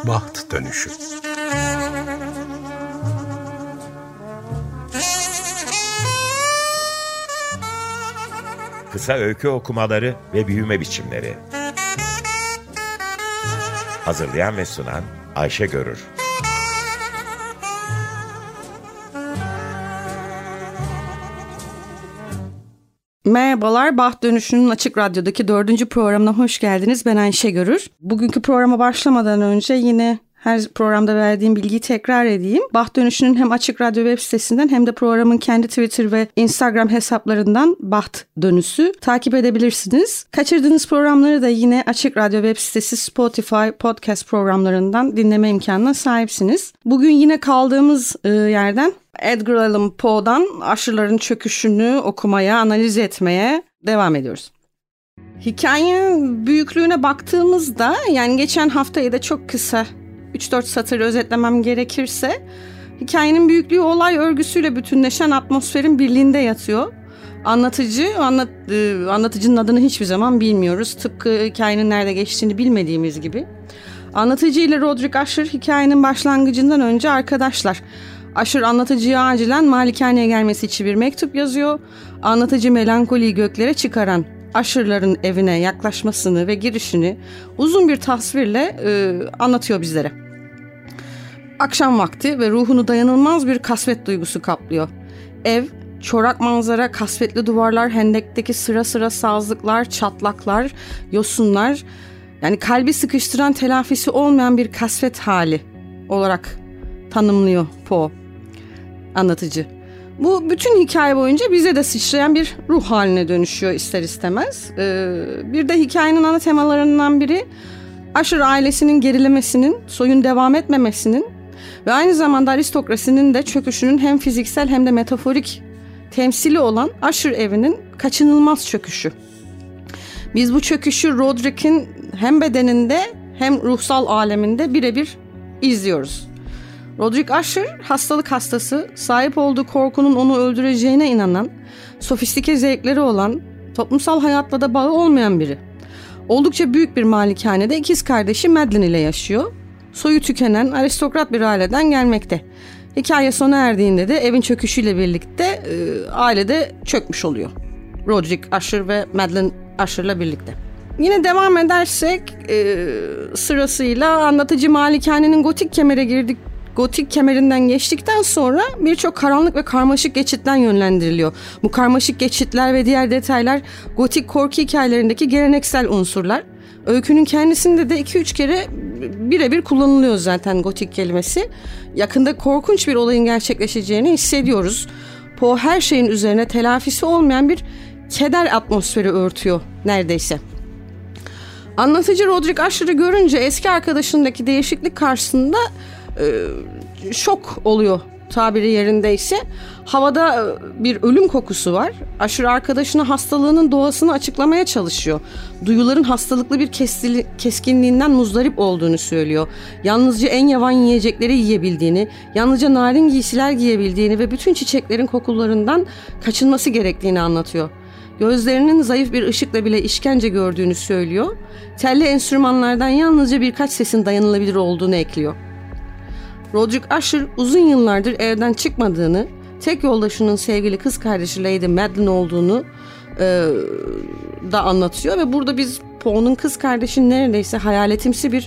Baht Dönüşü. Kısa öykü okumaları ve büyüme biçimleri. Hazırlayan ve sunan Ayşe Görür. Merhabalar, Baht Dönüşü'nün Açık Radyo'daki 4. programına hoş geldiniz. Ben Ayşe Görür. Bugünkü programa başlamadan önce yine her programda verdiğim bilgiyi tekrar edeyim. Baht Dönüşü'nün hem Açık Radyo web sitesinden hem de programın kendi Twitter ve Instagram hesaplarından Baht Dönüşü takip edebilirsiniz. Kaçırdığınız programları da yine Açık Radyo web sitesi, Spotify podcast programlarından dinleme imkanına sahipsiniz. Bugün yine kaldığımız yerden Edgar Allan Poe'dan Aşırıların Çöküşü'nü okumaya, analiz etmeye devam ediyoruz. Hikayenin büyüklüğüne baktığımızda, yani geçen haftayı da çok kısa 3-4 satır özetlemem gerekirse, hikayenin büyüklüğü olay örgüsüyle bütünleşen atmosferin birliğinde yatıyor. Anlatıcının adını hiçbir zaman bilmiyoruz. Tıpkı hikayenin nerede geçtiğini bilmediğimiz gibi. Anlatıcı ile Roderick Usher hikayenin başlangıcından önce arkadaşlar. Usher anlatıcıya acilen malikaneye gelmesi için bir mektup yazıyor. Anlatıcı melankoliyi göklere çıkaran Usher'ların evine yaklaşmasını ve girişini uzun bir tasvirle anlatıyor bizlere. Akşam vakti ve ruhunu dayanılmaz bir kasvet duygusu kaplıyor. Ev, çorak manzara, kasvetli duvarlar, hendekteki sıra sıra sazlıklar, çatlaklar, yosunlar, yani kalbi sıkıştıran, telafisi olmayan bir kasvet hali olarak tanımlıyor Poe, anlatıcı. Bu bütün hikaye boyunca bize de sıçrayan bir ruh haline dönüşüyor ister istemez. Bir de hikayenin ana temalarından biri Usher ailesinin gerilemesinin, soyun devam etmemesinin ve aynı zamanda aristokrasinin de çöküşünün hem fiziksel hem de metaforik temsili olan Usher evinin kaçınılmaz çöküşü. Biz bu çöküşü Roderick'in hem bedeninde hem ruhsal aleminde birebir izliyoruz. Roderick Usher hastalık hastası, sahip olduğu korkunun onu öldüreceğine inanan, sofistike zevkleri olan, toplumsal hayatla da bağı olmayan biri. Oldukça büyük bir malikanede ikiz kardeşi Madeline ile yaşıyor. Soyu tükenen aristokrat bir aileden gelmekte. Hikaye sona erdiğinde de evin çöküşüyle birlikte ailede çökmüş oluyor. Roderick Usher ve Madeline Usher'la birlikte. Yine devam edersek sırasıyla anlatıcı malikanenin gotik kemerinden geçtikten sonra birçok karanlık ve karmaşık geçitten yönlendiriliyor. Bu karmaşık geçitler ve diğer detaylar gotik korku hikayelerindeki geleneksel unsurlar. Öykünün kendisinde de 2-3 kere birebir kullanılıyor zaten gotik kelimesi. Yakında korkunç bir olayın gerçekleşeceğini hissediyoruz. Poe her şeyin üzerine telafisi olmayan bir keder atmosferi örtüyor neredeyse. Anlatıcı Roderick Usher'ı görünce eski arkadaşındaki değişiklik karşısında şok oluyor tabiri yerindeyse. Havada bir ölüm kokusu var. Usher arkadaşına hastalığının doğasını açıklamaya çalışıyor. Duyuların hastalıklı bir keskinliğinden muzdarip olduğunu söylüyor. Yalnızca en yavan yiyecekleri yiyebildiğini, yalnızca narin giysiler giyebildiğini ve bütün çiçeklerin kokularından kaçınması gerektiğini anlatıyor. Gözlerinin zayıf bir ışıkla bile işkence gördüğünü söylüyor. Telli enstrümanlardan yalnızca birkaç sesin dayanılabilir olduğunu ekliyor. Roderick Usher uzun yıllardır evden çıkmadığını, tek yoldaşının sevgili kız kardeşi Lady Madeline olduğunu da anlatıyor ve burada biz Poe'nun kız kardeşinin neredeyse hayaletimsi bir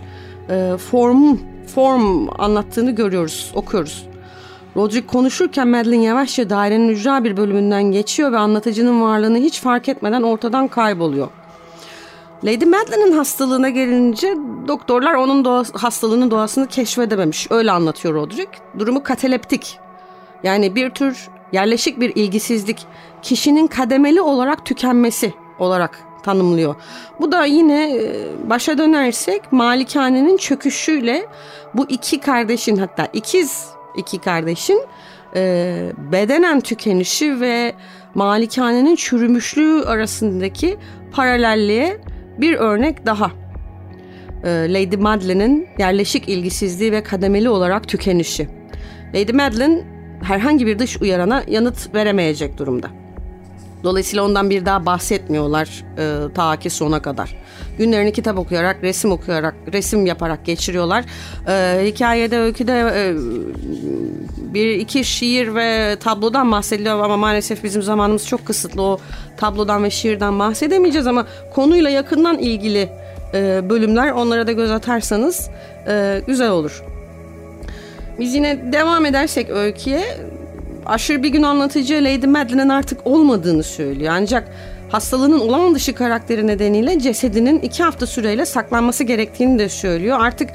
form anlattığını görüyoruz, okuyoruz. Roderick konuşurken Madeline yavaşça dairenin ücra bir bölümünden geçiyor ve anlatıcının varlığını hiç fark etmeden ortadan kayboluyor. Lady Madeline'in hastalığına gelince doktorlar onun hastalığının doğasını keşfedememiş. Öyle anlatıyor Roderick. Durumu kataleptik. Yani bir tür yerleşik bir ilgisizlik, kişinin kademeli olarak tükenmesi olarak tanımlıyor. Bu da yine başa dönersek malikanenin çöküşüyle bu iki kardeşin, hatta iki kardeşin bedenen tükenişi ve malikanenin çürümüşlüğü arasındaki paralelliğe bir örnek daha. Lady Madeline'in yerleşik ilgisizliği ve kademeli olarak tükenişi. Lady Madeline herhangi bir dış uyarana yanıt veremeyecek durumda. Dolayısıyla ondan bir daha bahsetmiyorlar ta ki sona kadar. Günlerini kitap okuyarak, resim yaparak geçiriyorlar. Hikayede, öyküde bir iki şiir ve tablodan bahsediliyor ama maalesef bizim zamanımız çok kısıtlı. O tablodan ve şiirden bahsedemeyeceğiz ama konuyla yakından ilgili bölümler, onlara da göz atarsanız güzel olur. Biz yine devam edersek öyküye, Usher bir gün anlatıcıya Lady Madeline'in artık olmadığını söylüyor. Ancak hastalığının olağan dışı karakteri nedeniyle cesedinin 2 hafta süreyle saklanması gerektiğini de söylüyor. Artık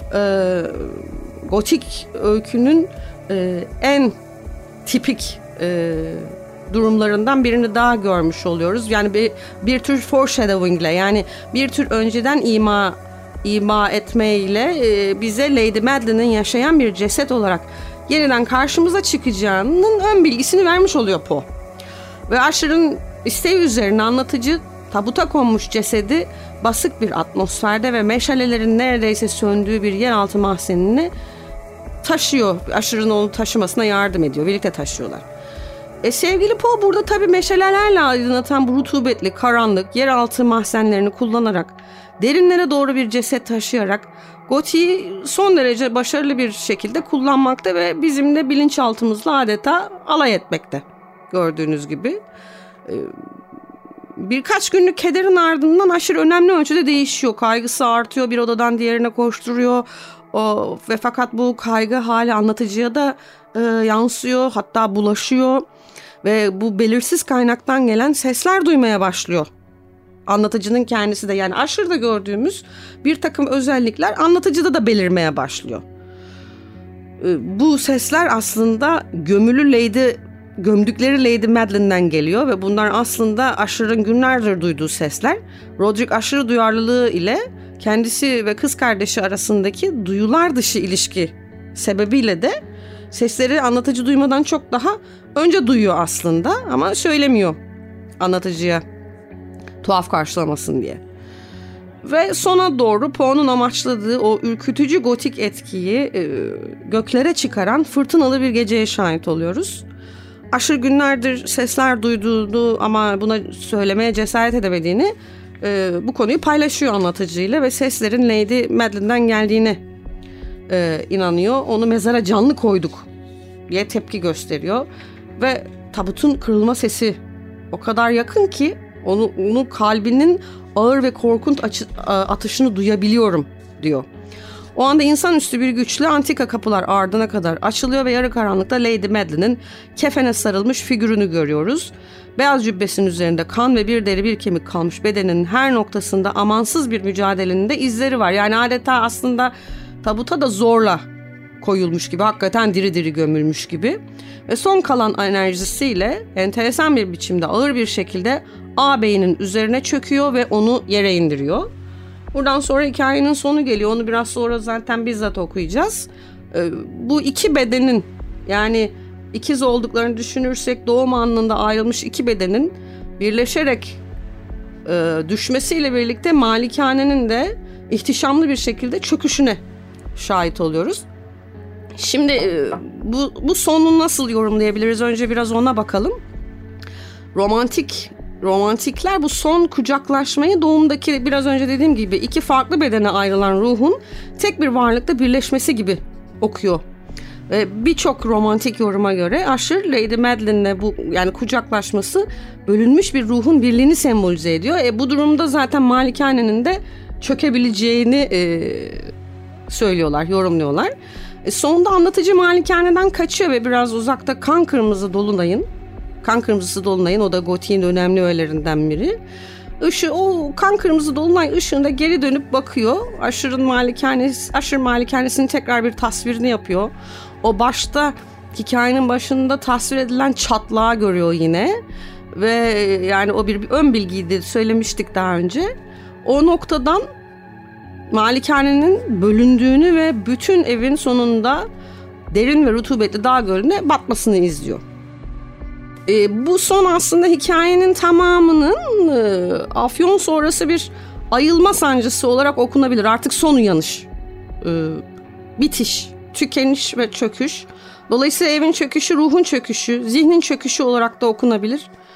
gotik öykünün en tipik durumlarından birini daha görmüş oluyoruz. Yani bir tür foreshadowingle, yani bir tür önceden ima etmeyle bize Lady Madeline'in yaşayan bir ceset olarak yeniden karşımıza çıkacağının ön bilgisini vermiş oluyor Poe. Ve Usher'ın isteği üzerine anlatıcı tabuta konmuş cesedi basık bir atmosferde ve meşalelerin neredeyse söndüğü bir yeraltı mahzenini taşıyor. Usher'ın onu taşımasına yardım ediyor. Birlikte taşıyorlar. Sevgili Poe burada tabii meşalelerle aydınlatan bu rutubetli, karanlık yeraltı mahzenlerini kullanarak derinlere doğru bir ceset taşıyarak gotiği son derece başarılı bir şekilde kullanmakta ve bizim de bilinçaltımızla adeta alay etmekte. Gördüğünüz gibi. Birkaç günlük kederin ardından Usher önemli ölçüde değişiyor. Kaygısı artıyor, bir odadan diğerine koşturuyor. Ve fakat bu kaygı hali anlatıcıya da yansıyor, hatta bulaşıyor. Ve bu belirsiz kaynaktan gelen sesler duymaya başlıyor. Anlatıcının kendisi de, yani Usher'da gördüğümüz bir takım özellikler anlatıcıda da belirmeye başlıyor. Bu sesler aslında gömdükleri Lady Madeline'den geliyor ve bunlar aslında Usher'ın günlerdir duyduğu sesler. Roderick Usher duyarlılığı ile kendisi ve kız kardeşi arasındaki duyular dışı ilişki sebebiyle de sesleri anlatıcı duymadan çok daha önce duyuyor aslında ama söylemiyor anlatıcıya, tuhaf karşılamasın diye. Ve sona doğru Poe'nun amaçladığı o ürkütücü gotik etkiyi göklere çıkaran fırtınalı bir geceye şahit oluyoruz. Usher günlerdir sesler duyduğunu ama buna söylemeye cesaret edemediğini, bu konuyu paylaşıyor anlatıcıyla ve seslerin Lady Madeline'den geldiğine inanıyor. Onu mezara canlı koyduk diye tepki gösteriyor ve tabutun kırılma sesi o kadar yakın ki onun kalbinin ağır ve korkunç atışını duyabiliyorum diyor. O anda insanüstü bir güçle antika kapılar ardına kadar açılıyor ve yarı karanlıkta Lady Madeline'in kefene sarılmış figürünü görüyoruz. Beyaz cübbesinin üzerinde kan ve bir deri bir kemik kalmış bedeninin her noktasında amansız bir mücadelenin de izleri var. Yani adeta aslında tabuta da zorla koyulmuş gibi, hakikaten diri diri gömülmüş gibi. Ve son kalan enerjisiyle enteresan bir biçimde ağır bir şekilde ağabeyinin üzerine çöküyor ve onu yere indiriyor. Buradan sonra hikayenin sonu geliyor. Onu biraz sonra zaten bizzat okuyacağız. Bu iki bedenin, yani ikiz olduklarını düşünürsek doğum anında ayrılmış iki bedenin birleşerek düşmesiyle birlikte malikanenin de ihtişamlı bir şekilde çöküşüne şahit oluyoruz. Şimdi bu sonu nasıl yorumlayabiliriz? Önce biraz ona bakalım. Romantikler bu son kucaklaşmayı doğumdaki, biraz önce dediğim gibi, iki farklı bedene ayrılan ruhun tek bir varlıkta birleşmesi gibi okuyor. Birçok romantik yoruma göre Usher, Lady Madeline'le bu, yani kucaklaşması bölünmüş bir ruhun birliğini sembolize ediyor. Bu durumda zaten malikanenin de çökebileceğini söylüyorlar, yorumluyorlar. Sonunda anlatıcı malikaneden kaçıyor ve biraz uzakta kan kırmızısı dolunayın, o da gotiğin önemli öğelerinden biri. O kan kırmızı dolunay ışığında geri dönüp bakıyor. Usher malikanesinin tekrar bir tasvirini yapıyor. O başta, hikayenin başında tasvir edilen çatlağı görüyor yine. Ve yani o bir ön bilgiydi, söylemiştik daha önce. O noktadan malikanenin bölündüğünü ve bütün evin sonunda derin ve rutubetli dağ gölüne batmasını izliyor. Bu son aslında hikayenin tamamının afyon sonrası bir ayılma sancısı olarak okunabilir. Artık son uyanış, bitiş, tükeniş ve çöküş. Dolayısıyla evin çöküşü, ruhun çöküşü, zihnin çöküşü olarak da okunabilir.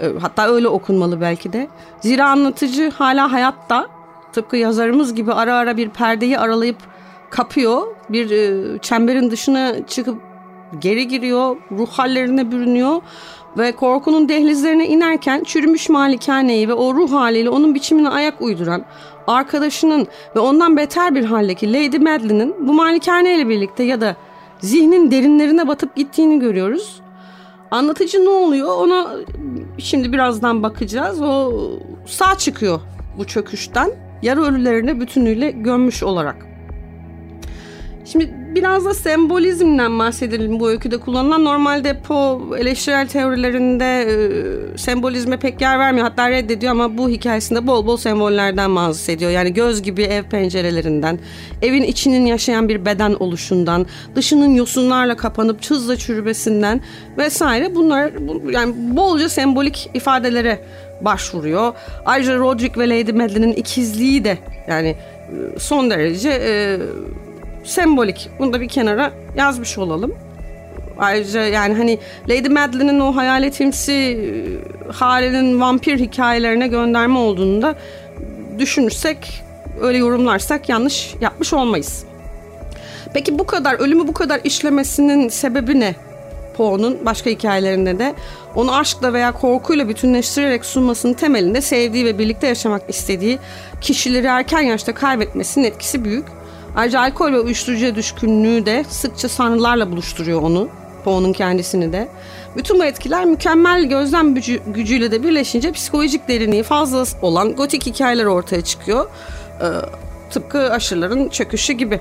Hatta öyle okunmalı belki de. Zira anlatıcı hala hayatta. Tıpkı yazarımız gibi ara ara bir perdeyi aralayıp kapıyor. Bir çemberin dışına çıkıp geri giriyor. Ruh hallerine bürünüyor. Ve korkunun dehlizlerine inerken çürümüş malikaneyi ve o ruh haliyle onun biçimine ayak uyduran arkadaşının ve ondan beter bir haldeki Lady Madeline'in bu malikane ile birlikte ya da zihnin derinlerine batıp gittiğini görüyoruz. Anlatıcı ne oluyor? Ona şimdi birazdan bakacağız. O sağ çıkıyor bu çöküşten. Yarı ölülerini bütünüyle gömmüş olarak. Şimdi biraz da sembolizmden bahsedelim bu öyküde kullanılan. Normalde Poe eleştirel teorilerinde sembolizme pek yer vermiyor. Hatta reddediyor ama bu hikayesinde bol bol sembollerden bahsediyor. Yani göz gibi ev pencerelerinden, evin içinin yaşayan bir beden oluşundan, dışının yosunlarla kapanıp hızla çürümesinden vesaire. Bunlar yani bolca sembolik ifadelere başvuruyor. Ayrıca Roderick ve Lady Madeline'in ikizliği de yani son derece sembolik. Bunu da bir kenara yazmış olalım. Ayrıca yani hani Lady Madeline'in o hayaletimsi halinin vampir hikayelerine gönderme olduğunu da düşünürsek, öyle yorumlarsak yanlış yapmış olmayız. Peki bu kadar ölümü bu kadar işlemesinin sebebi ne? Poe'nun başka hikayelerinde de onu aşkla veya korkuyla bütünleştirerek sunmasının temelinde sevdiği ve birlikte yaşamak istediği kişileri erken yaşta kaybetmesinin etkisi büyük. Ayrıca alkol ve uyuşturucuya düşkünlüğü de sıkça sanrılarla buluşturuyor onu, Poe'nun kendisini de. Bütün bu etkiler mükemmel gözlem gücüyle de birleşince psikolojik derinliği fazla olan gotik hikayeler ortaya çıkıyor. Tıpkı Usher'ların çöküşü gibi.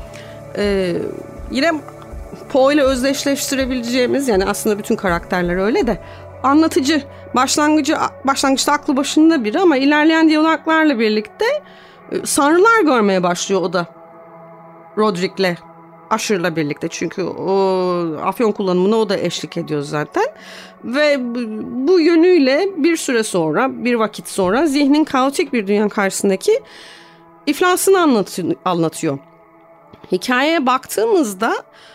Yine Poe ile özdeşleştirebileceğimiz, yani aslında bütün karakterler öyle de, anlatıcı başlangıçta aklı başında biri ama ilerleyen diyaloglarla birlikte sanrılar görmeye başlıyor o da. Roderick'le, Usher'la birlikte, çünkü o afyon kullanımına o da eşlik ediyor zaten. Ve bu yönüyle bir süre sonra, bir vakit sonra zihnin kaotik bir dünya karşısındaki iflasını anlatıyor. Hikayeye baktığımızda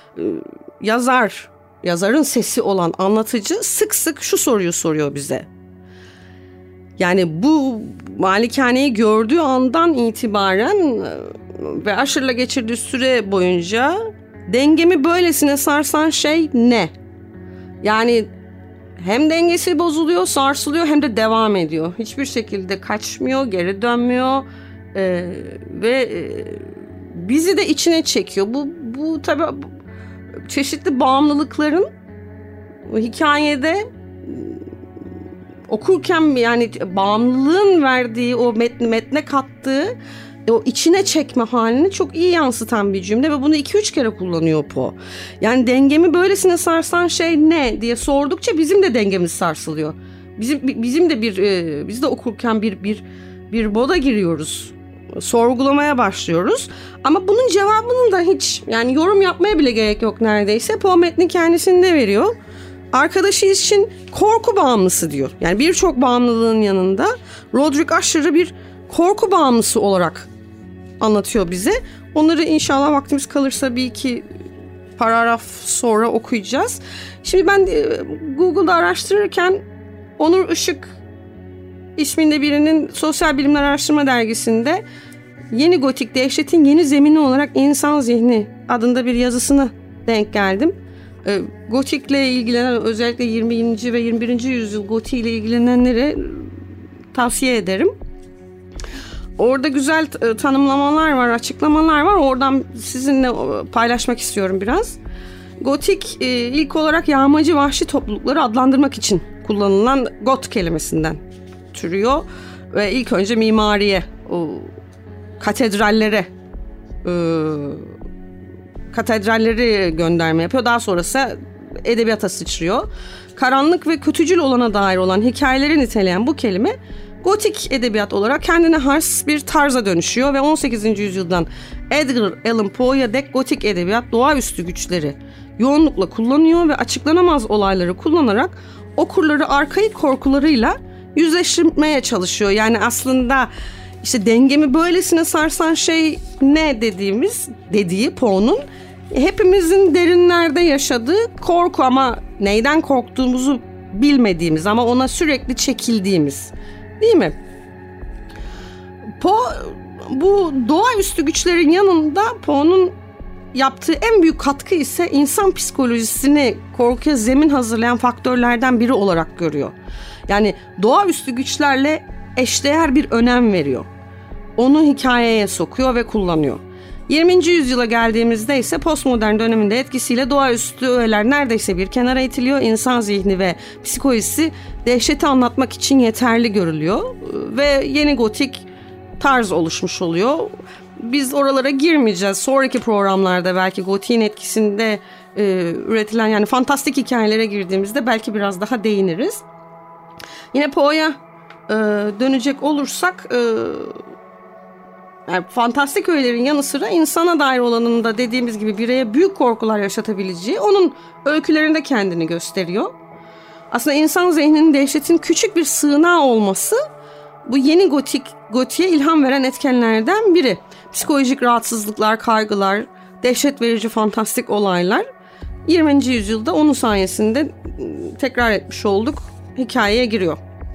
yazarın sesi olan anlatıcı sık sık şu soruyu soruyor bize. Yani bu malikaneyi gördüğü andan itibaren ve Usher'la geçirdiği süre boyunca dengemi böylesine sarsan şey ne? Yani hem dengesi bozuluyor, sarsılıyor, hem de devam ediyor. Hiçbir şekilde kaçmıyor, geri dönmüyor ve bizi de içine çekiyor. Bu tabii çeşitli bağımlılıkların hikayede okurken, yani bağımlılığın verdiği, o metne kattığı o içine çekme halini çok iyi yansıtan bir cümle ve bunu 2-3 kere kullanıyor Poe. Yani dengemi böylesine sarsan şey ne diye sordukça bizim de dengemiz sarsılıyor. Bizim de biz de okurken bir moda giriyoruz. Sorgulamaya başlıyoruz. Ama bunun cevabının da hiç, yani yorum yapmaya bile gerek yok neredeyse. Poe metnin kendisinde veriyor. Arkadaşı için korku bağımlısı diyor. Yani birçok bağımlılığın yanında Roderick Usher'ı bir korku bağımlısı olarak anlatıyor bize. Onları inşallah vaktimiz kalırsa bir iki paragraf sonra okuyacağız. Şimdi ben Google'da araştırırken Onur Işık isminde birinin Sosyal Bilimler Araştırma Dergisi'nde Yeni Gotik Dehşetin Yeni Zemini olarak İnsan Zihni adında bir yazısına denk geldim. Gotikle ilgilenen, özellikle 20. ve 21. yüzyıl gotiğiyle ilgilenenlere tavsiye ederim. Orada güzel tanımlamalar var, açıklamalar var. Oradan sizinle paylaşmak istiyorum biraz. Gotik ilk olarak yağmacı vahşi toplulukları adlandırmak için kullanılan got kelimesinden türüyor. Ve ilk önce mimariye, katedralleri gönderme yapıyor. Daha sonrası edebiyata sıçrıyor. Karanlık ve kötücül olana dair olan hikayeleri niteleyen bu kelime gotik edebiyat olarak kendine has bir tarza dönüşüyor ve 18. yüzyıldan Edgar Allan Poe'ya dek gotik edebiyat doğaüstü güçleri yoğunlukla kullanıyor ve açıklanamaz olayları kullanarak okurları arkaik korkularıyla yüzleştirmeye çalışıyor. Yani aslında işte dengemi böylesine sarsan şey ne dediği Poe'nun hepimizin derinlerde yaşadığı korku, ama neyden korktuğumuzu bilmediğimiz ama ona sürekli çekildiğimiz, değil mi? Poe bu doğaüstü güçlerin yanında Poe'nun yaptığı en büyük katkı ise insan psikolojisini korkuya zemin hazırlayan faktörlerden biri olarak görüyor. Yani doğaüstü güçlerle eşdeğer bir önem veriyor. Onu hikayeye sokuyor ve kullanıyor. 20. yüzyıla geldiğimizde ise postmodern döneminde etkisiyle doğaüstü öğeler neredeyse bir kenara itiliyor. İnsan zihni ve psikolojisi dehşeti anlatmak için yeterli görülüyor ve yeni gotik tarz oluşmuş oluyor. Biz oralara girmeyeceğiz. Sonraki programlarda belki gotiğin etkisinde üretilen yani fantastik hikayelere girdiğimizde belki biraz daha değiniriz. Yine Poe'ya dönecek olursak yani fantastik öğelerin yanı sıra insana dair olanın da dediğimiz gibi bireye büyük korkular yaşatabileceği onun öykülerinde kendini gösteriyor. Aslında insan zihninin dehşetin küçük bir sığınağı olması bu yeni gotiğe ilham veren etkenlerden biri. Psikolojik rahatsızlıklar, kaygılar, dehşet verici fantastik olaylar 20. yüzyılda onun sayesinde tekrar etmiş olduk. Hikayeye giriyor.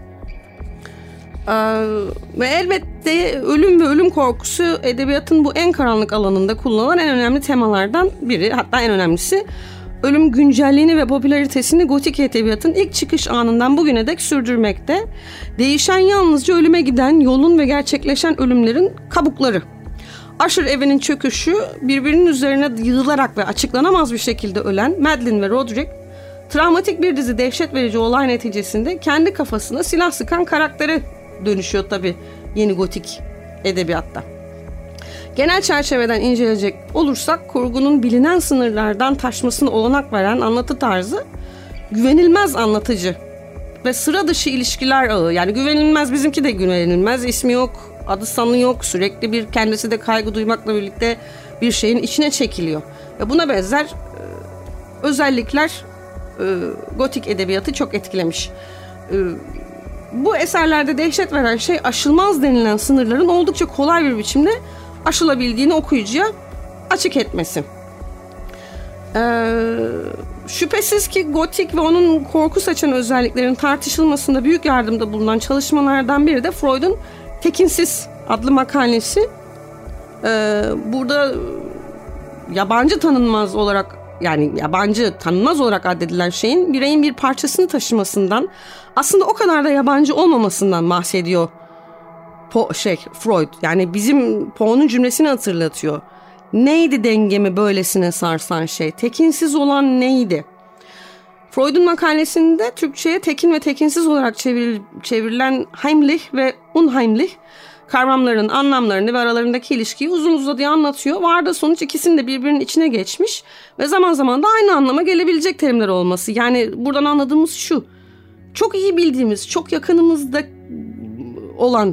Ve elbette ölüm ve ölüm korkusu edebiyatın bu en karanlık alanında kullanılan en önemli temalardan biri. Hatta en önemlisi ölüm güncelliğini ve popülaritesini gotik edebiyatın ilk çıkış anından bugüne dek sürdürmekte. Değişen yalnızca ölüme giden yolun ve gerçekleşen ölümlerin kabukları. Usher evinin çöküşü, birbirinin üzerine yığılarak ve açıklanamaz bir şekilde ölen Madeline ve Roderick, travmatik bir dizi dehşet verici olay neticesinde kendi kafasına silah sıkan karaktere dönüşüyor tabii yeni gotik edebiyatta. Genel çerçeveden inceleyecek olursak kurgunun bilinen sınırlardan taşmasına olanak veren anlatı tarzı güvenilmez anlatıcı ve sıra dışı ilişkiler ağı. Yani güvenilmez, bizimki de güvenilmez, ismi yok, adı sanı yok, sürekli bir kendisi de kaygı duymakla birlikte bir şeyin içine çekiliyor. Ve buna benzer özellikler gotik edebiyatı çok etkilemiş. Bu eserlerde dehşet veren şey aşılmaz denilen sınırların oldukça kolay bir biçimde aşılabildiğini okuyucuya açık etmesi. Şüphesiz ki gotik ve onun korku saçan özelliklerin tartışılmasında büyük yardımda bulunan çalışmalardan biri de Freud'un Tekinsiz adlı makalesi. Burada yabancı tanınmaz olarak addedilen şeyin bireyin bir parçasını taşımasından, aslında o kadar da yabancı olmamasından bahsediyor Freud. Yani bizim Poe'nun cümlesini hatırlatıyor. Neydi dengemi böylesine sarsan şey? Tekinsiz olan neydi? Freud'un makalesinde Türkçe'ye tekin ve tekinsiz olarak çevrilen heimlich ve unheimlich kavramların anlamlarını ve aralarındaki ilişkiyi uzun uzadıya anlatıyor. Var da sonuç ikisinin de birbirinin içine geçmiş ve zaman zaman da aynı anlama gelebilecek terimler olması. Yani buradan anladığımız şu: çok iyi bildiğimiz, çok yakınımızda olan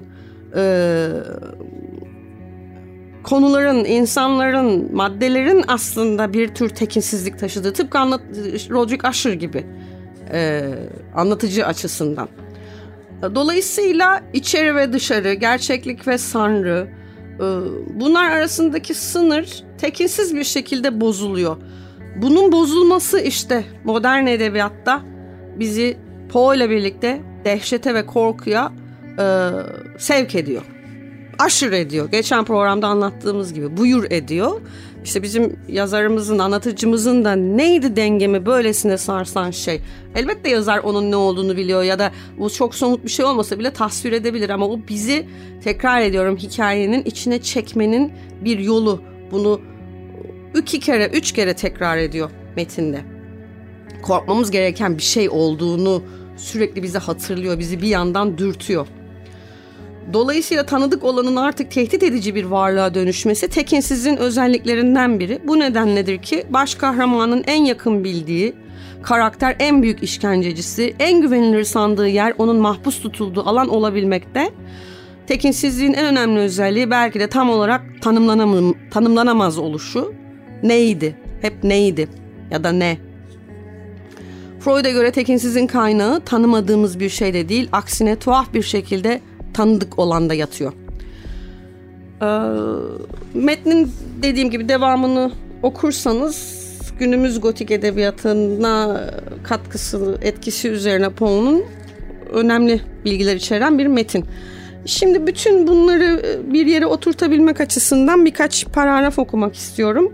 konuların, insanların, maddelerin aslında bir tür tekinsizlik taşıdığı, tıpkı Roderick Usher gibi anlatıcı açısından. Dolayısıyla içeri ve dışarı, gerçeklik ve sanrı, bunlar arasındaki sınır tekinsiz bir şekilde bozuluyor. Bunun bozulması işte modern edebiyatta bizi Poe ile birlikte dehşete ve korkuya sevk ediyor. Aşır ediyor. Geçen programda anlattığımız gibi buyur ediyor. İşte bizim yazarımızın, anlatıcımızın da neydi dengemi böylesine sarsan şey. Elbette yazar onun ne olduğunu biliyor ya da bu çok somut bir şey olmasa bile tasvir edebilir ama o bizi, tekrar ediyorum, hikayenin içine çekmenin bir yolu. Bunu 3 kere tekrar ediyor metinde. Korkmamız gereken bir şey olduğunu sürekli bize hatırlıyor, bizi bir yandan dürtüyor. Dolayısıyla tanıdık olanın artık tehdit edici bir varlığa dönüşmesi tekinsizliğin özelliklerinden biri. Bu nedenledir ki baş kahramanın en yakın bildiği karakter en büyük işkencecisi, en güvenilir sandığı yer onun mahpus tutulduğu alan olabilmekte. Tekinsizliğin en önemli özelliği belki de tam olarak tanımlanamaz oluşu. Neydi? Hep neydi? Ya da ne? Freud'a göre tekinsizliğin kaynağı tanımadığımız bir şey de değil, aksine tuhaf bir şekilde tanıdık olanda yatıyor. Metnin dediğim gibi devamını okursanız günümüz gotik edebiyatına katkısı, etkisi üzerine Poe'nun önemli bilgiler içeren bir metin. Şimdi bütün bunları bir yere oturtabilmek açısından birkaç paragraf okumak istiyorum.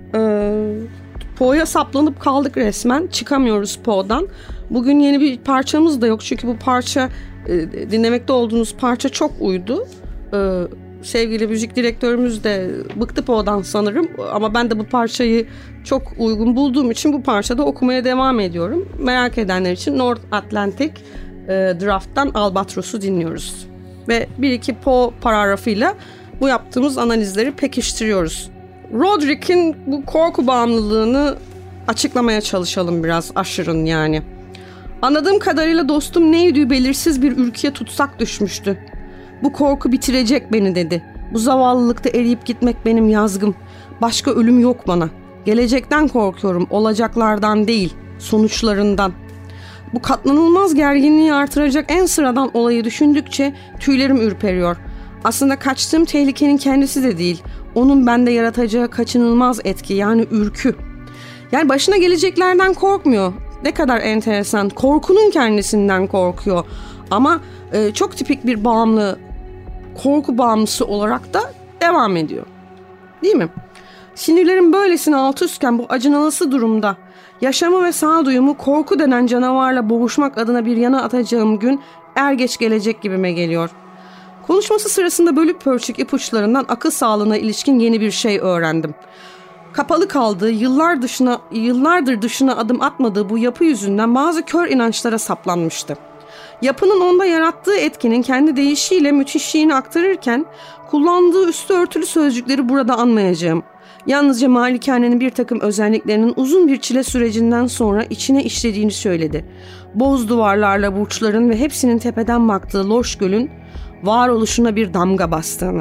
Poe'ya saplanıp kaldık resmen. Çıkamıyoruz Poe'dan. Bugün yeni bir parçamız da yok. Çünkü bu parça, dinlemekte olduğunuz parça çok uydu. Sevgili müzik direktörümüz de bıktı Poe'dan sanırım. Ama ben de bu parçayı çok uygun bulduğum için bu parçada okumaya devam ediyorum. Merak edenler için North Atlantic Draft'tan Albatros'u dinliyoruz. Ve bir iki Poe paragrafıyla bu yaptığımız analizleri pekiştiriyoruz. Roderick'in bu korku bağımlılığını açıklamaya çalışalım biraz, Usher'ın yani. Anladığım kadarıyla dostum neydi belirsiz bir ürküye tutsak düşmüştü. Bu korku bitirecek beni dedi. Bu zavallılıkta eriyip gitmek benim yazgım. Başka ölüm yok bana. Gelecekten korkuyorum, olacaklardan değil, sonuçlarından. Bu katlanılmaz gerginliği artıracak en sıradan olayı düşündükçe tüylerim ürperiyor. Aslında kaçtığım tehlikenin kendisi de değil, onun bende yaratacağı kaçınılmaz etki, yani ürkü. Yani başına geleceklerden korkmuyor. Ne kadar enteresan. Korkunun kendisinden korkuyor. Ama çok tipik bir bağımlı, korku bağımlısı olarak da devam ediyor. Değil mi? Sinirlerim böylesine alt üstken bu acınası durumda yaşamı ve sağduyumu korku denen canavarla boğuşmak adına bir yana atacağım gün er geç gelecek gibime geliyor. Konuşması sırasında bölük pörçük ipuçlarından akıl sağlığına ilişkin yeni bir şey öğrendim. Kapalı kaldığı, yıllardır dışına adım atmadığı bu yapı yüzünden bazı kör inançlara saplanmıştı. Yapının onda yarattığı etkinin kendi deyişiyle müthişliğini aktarırken kullandığı üstü örtülü sözcükleri burada anmayacağım. Yalnızca malikanenin bir takım özelliklerinin uzun bir çile sürecinden sonra içine işlediğini söyledi. Boz duvarlarla burçların ve hepsinin tepeden baktığı loş gölün varoluşuna bir damga bastığını.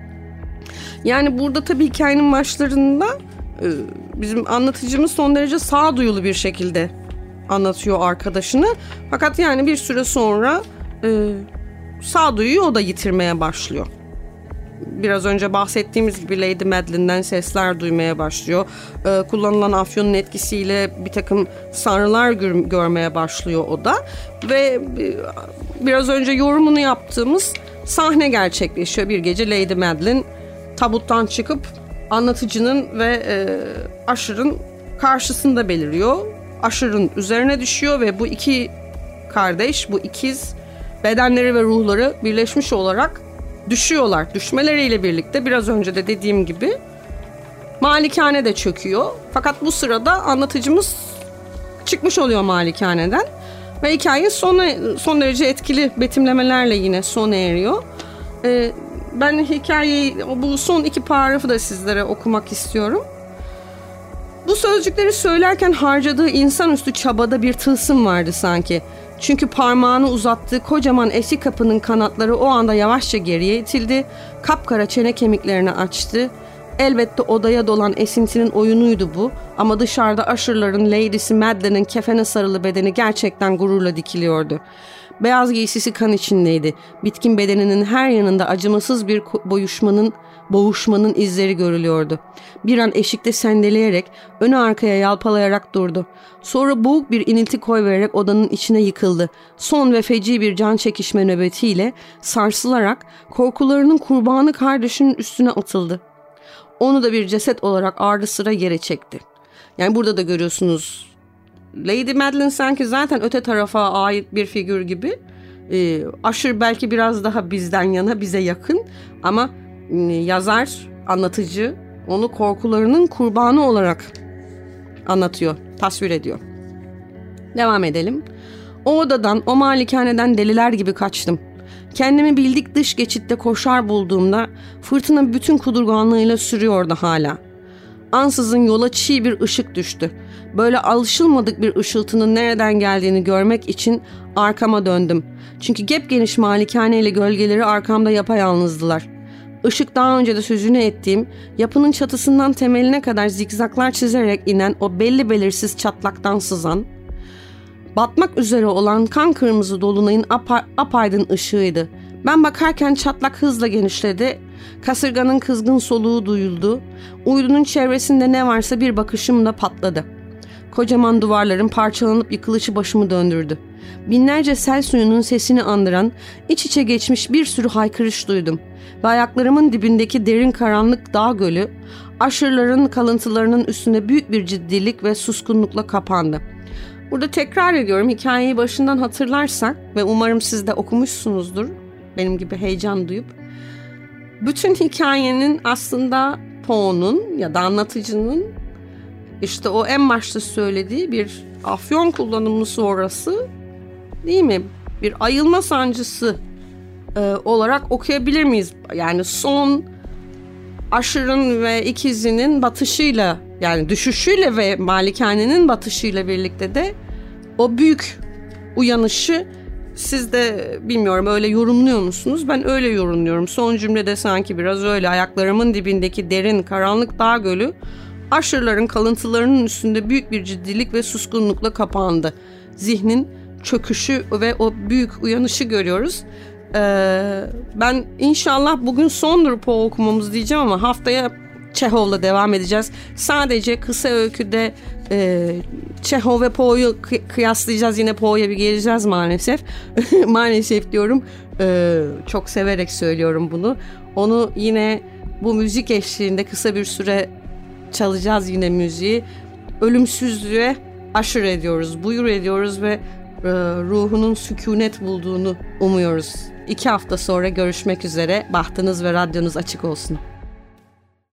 Yani burada tabii hikayenin başlarında bizim anlatıcımız son derece sağduyulu bir şekilde anlatıyor arkadaşını. Fakat yani bir süre sonra sağduyuyu o da yitirmeye başlıyor. Biraz önce bahsettiğimiz gibi Lady Madeline'den sesler duymaya başlıyor. Kullanılan afyonun etkisiyle bir takım sanrılar görmeye başlıyor o da. Ve biraz önce yorumunu yaptığımız sahne gerçekleşiyor. Bir gece Lady Madeline tabuttan çıkıp anlatıcının ve Usher'ın karşısında beliriyor. Usher'ın üzerine düşüyor ve bu iki kardeş, bu ikiz bedenleri ve ruhları birleşmiş olarak düşüyorlar. Düşmeleriyle birlikte biraz önce de dediğim gibi malikane de çöküyor. Fakat bu sırada anlatıcımız çıkmış oluyor malikaneden ve hikaye son derece etkili betimlemelerle yine sona eriyor. Ben hikayeyi, bu son iki paragrafı da sizlere okumak istiyorum. Bu sözcükleri söylerken harcadığı insanüstü çabada bir tılsım vardı sanki. Çünkü parmağını uzattığı kocaman eski kapının kanatları o anda yavaşça geriye itildi, kapkara çene kemiklerini açtı. Elbette odaya dolan esintinin oyunuydu bu ama dışarıda Usher'ların Lady'si Madeline'in kefene sarılı bedeni gerçekten gururla dikiliyordu. Beyaz giysisi kan içindeydi. Bitkin bedeninin her yanında acımasız bir boğuşmanın izleri görülüyordu. Bir an eşikte sendeleyerek, önü arkaya yalpalayarak durdu. Sonra boğuk bir inilti koyvererek odanın içine yıkıldı. Son ve feci bir can çekişme nöbetiyle sarsılarak korkularının kurbanı kardeşinin üstüne atıldı. Onu da bir ceset olarak ardı sıra yere çekti. Yani burada da görüyorsunuz, Lady Madeline sanki zaten öte tarafa ait bir figür gibi. Usher belki biraz daha bizden yana, bize yakın ama yazar, anlatıcı onu korkularının kurbanı olarak anlatıyor, tasvir ediyor. Devam edelim. O odadan, o malikaneden deliler gibi kaçtım. Kendimi bildik dış geçitte koşar bulduğumda fırtına bütün kudurganlığıyla sürüyordu hala. Ansızın yola çiğ bir ışık düştü. Böyle alışılmadık bir ışıltının nereden geldiğini görmek için arkama döndüm. Çünkü gepgeniş malikane ile gölgeleri arkamda yapayalnızdılar. Işık daha önce de sözünü ettiğim, yapının çatısından temeline kadar zikzaklar çizerek inen o belli belirsiz çatlaktan sızan, batmak üzere olan kan kırmızı dolunayın apaydın ışığıydı. Ben bakarken çatlak hızla genişledi Kasırganın kızgın soluğu duyuldu. Uydunun çevresinde ne varsa bir bakışımla patladı. Kocaman duvarların parçalanıp yıkılışı başımı döndürdü. Binlerce sel suyunun sesini andıran, iç içe geçmiş bir sürü haykırış duydum. Ve ayaklarımın dibindeki derin karanlık dağ gölü, Usher'ların kalıntılarının üstüne büyük bir ciddilik ve suskunlukla kapandı. Burada tekrar ediyorum, hikayeyi başından hatırlarsak ve umarım siz de okumuşsunuzdur benim gibi heyecan duyup. Bütün hikayenin aslında Poe'nun ya da anlatıcının işte o en başta söylediği bir afyon kullanımı sonrası, değil mi? Bir ayılma sancısı olarak okuyabilir miyiz? Yani son Usher'ın ve ikizinin batışıyla, yani düşüşüyle ve malikanenin batışıyla birlikte de o büyük uyanışı siz de bilmiyorum öyle yorumluyor musunuz? Ben öyle yorumluyorum. Son cümlede sanki biraz öyle. Ayaklarımın dibindeki derin karanlık dağ gölü Usher'ların kalıntılarının üstünde büyük bir ciddilik ve suskunlukla kapandı. Zihnin çöküşü ve o büyük uyanışı görüyoruz. Ben inşallah bugün sondur Poe okumamız diyeceğim ama haftaya Çehov'la devam edeceğiz. Sadece kısa öyküde Çehov ve Poe'yu kıyaslayacağız. Yine Poe'ya bir geleceğiz maalesef. Maalesef diyorum. Çok severek söylüyorum bunu. Onu yine bu müzik eşliğinde kısa bir süre çalacağız yine müziği. Ölümsüzlüğe aşırı ediyoruz, buyur ediyoruz ve ruhunun sükunet bulduğunu umuyoruz. 2 hafta sonra görüşmek üzere. Bahtınız ve radyonuz açık olsun.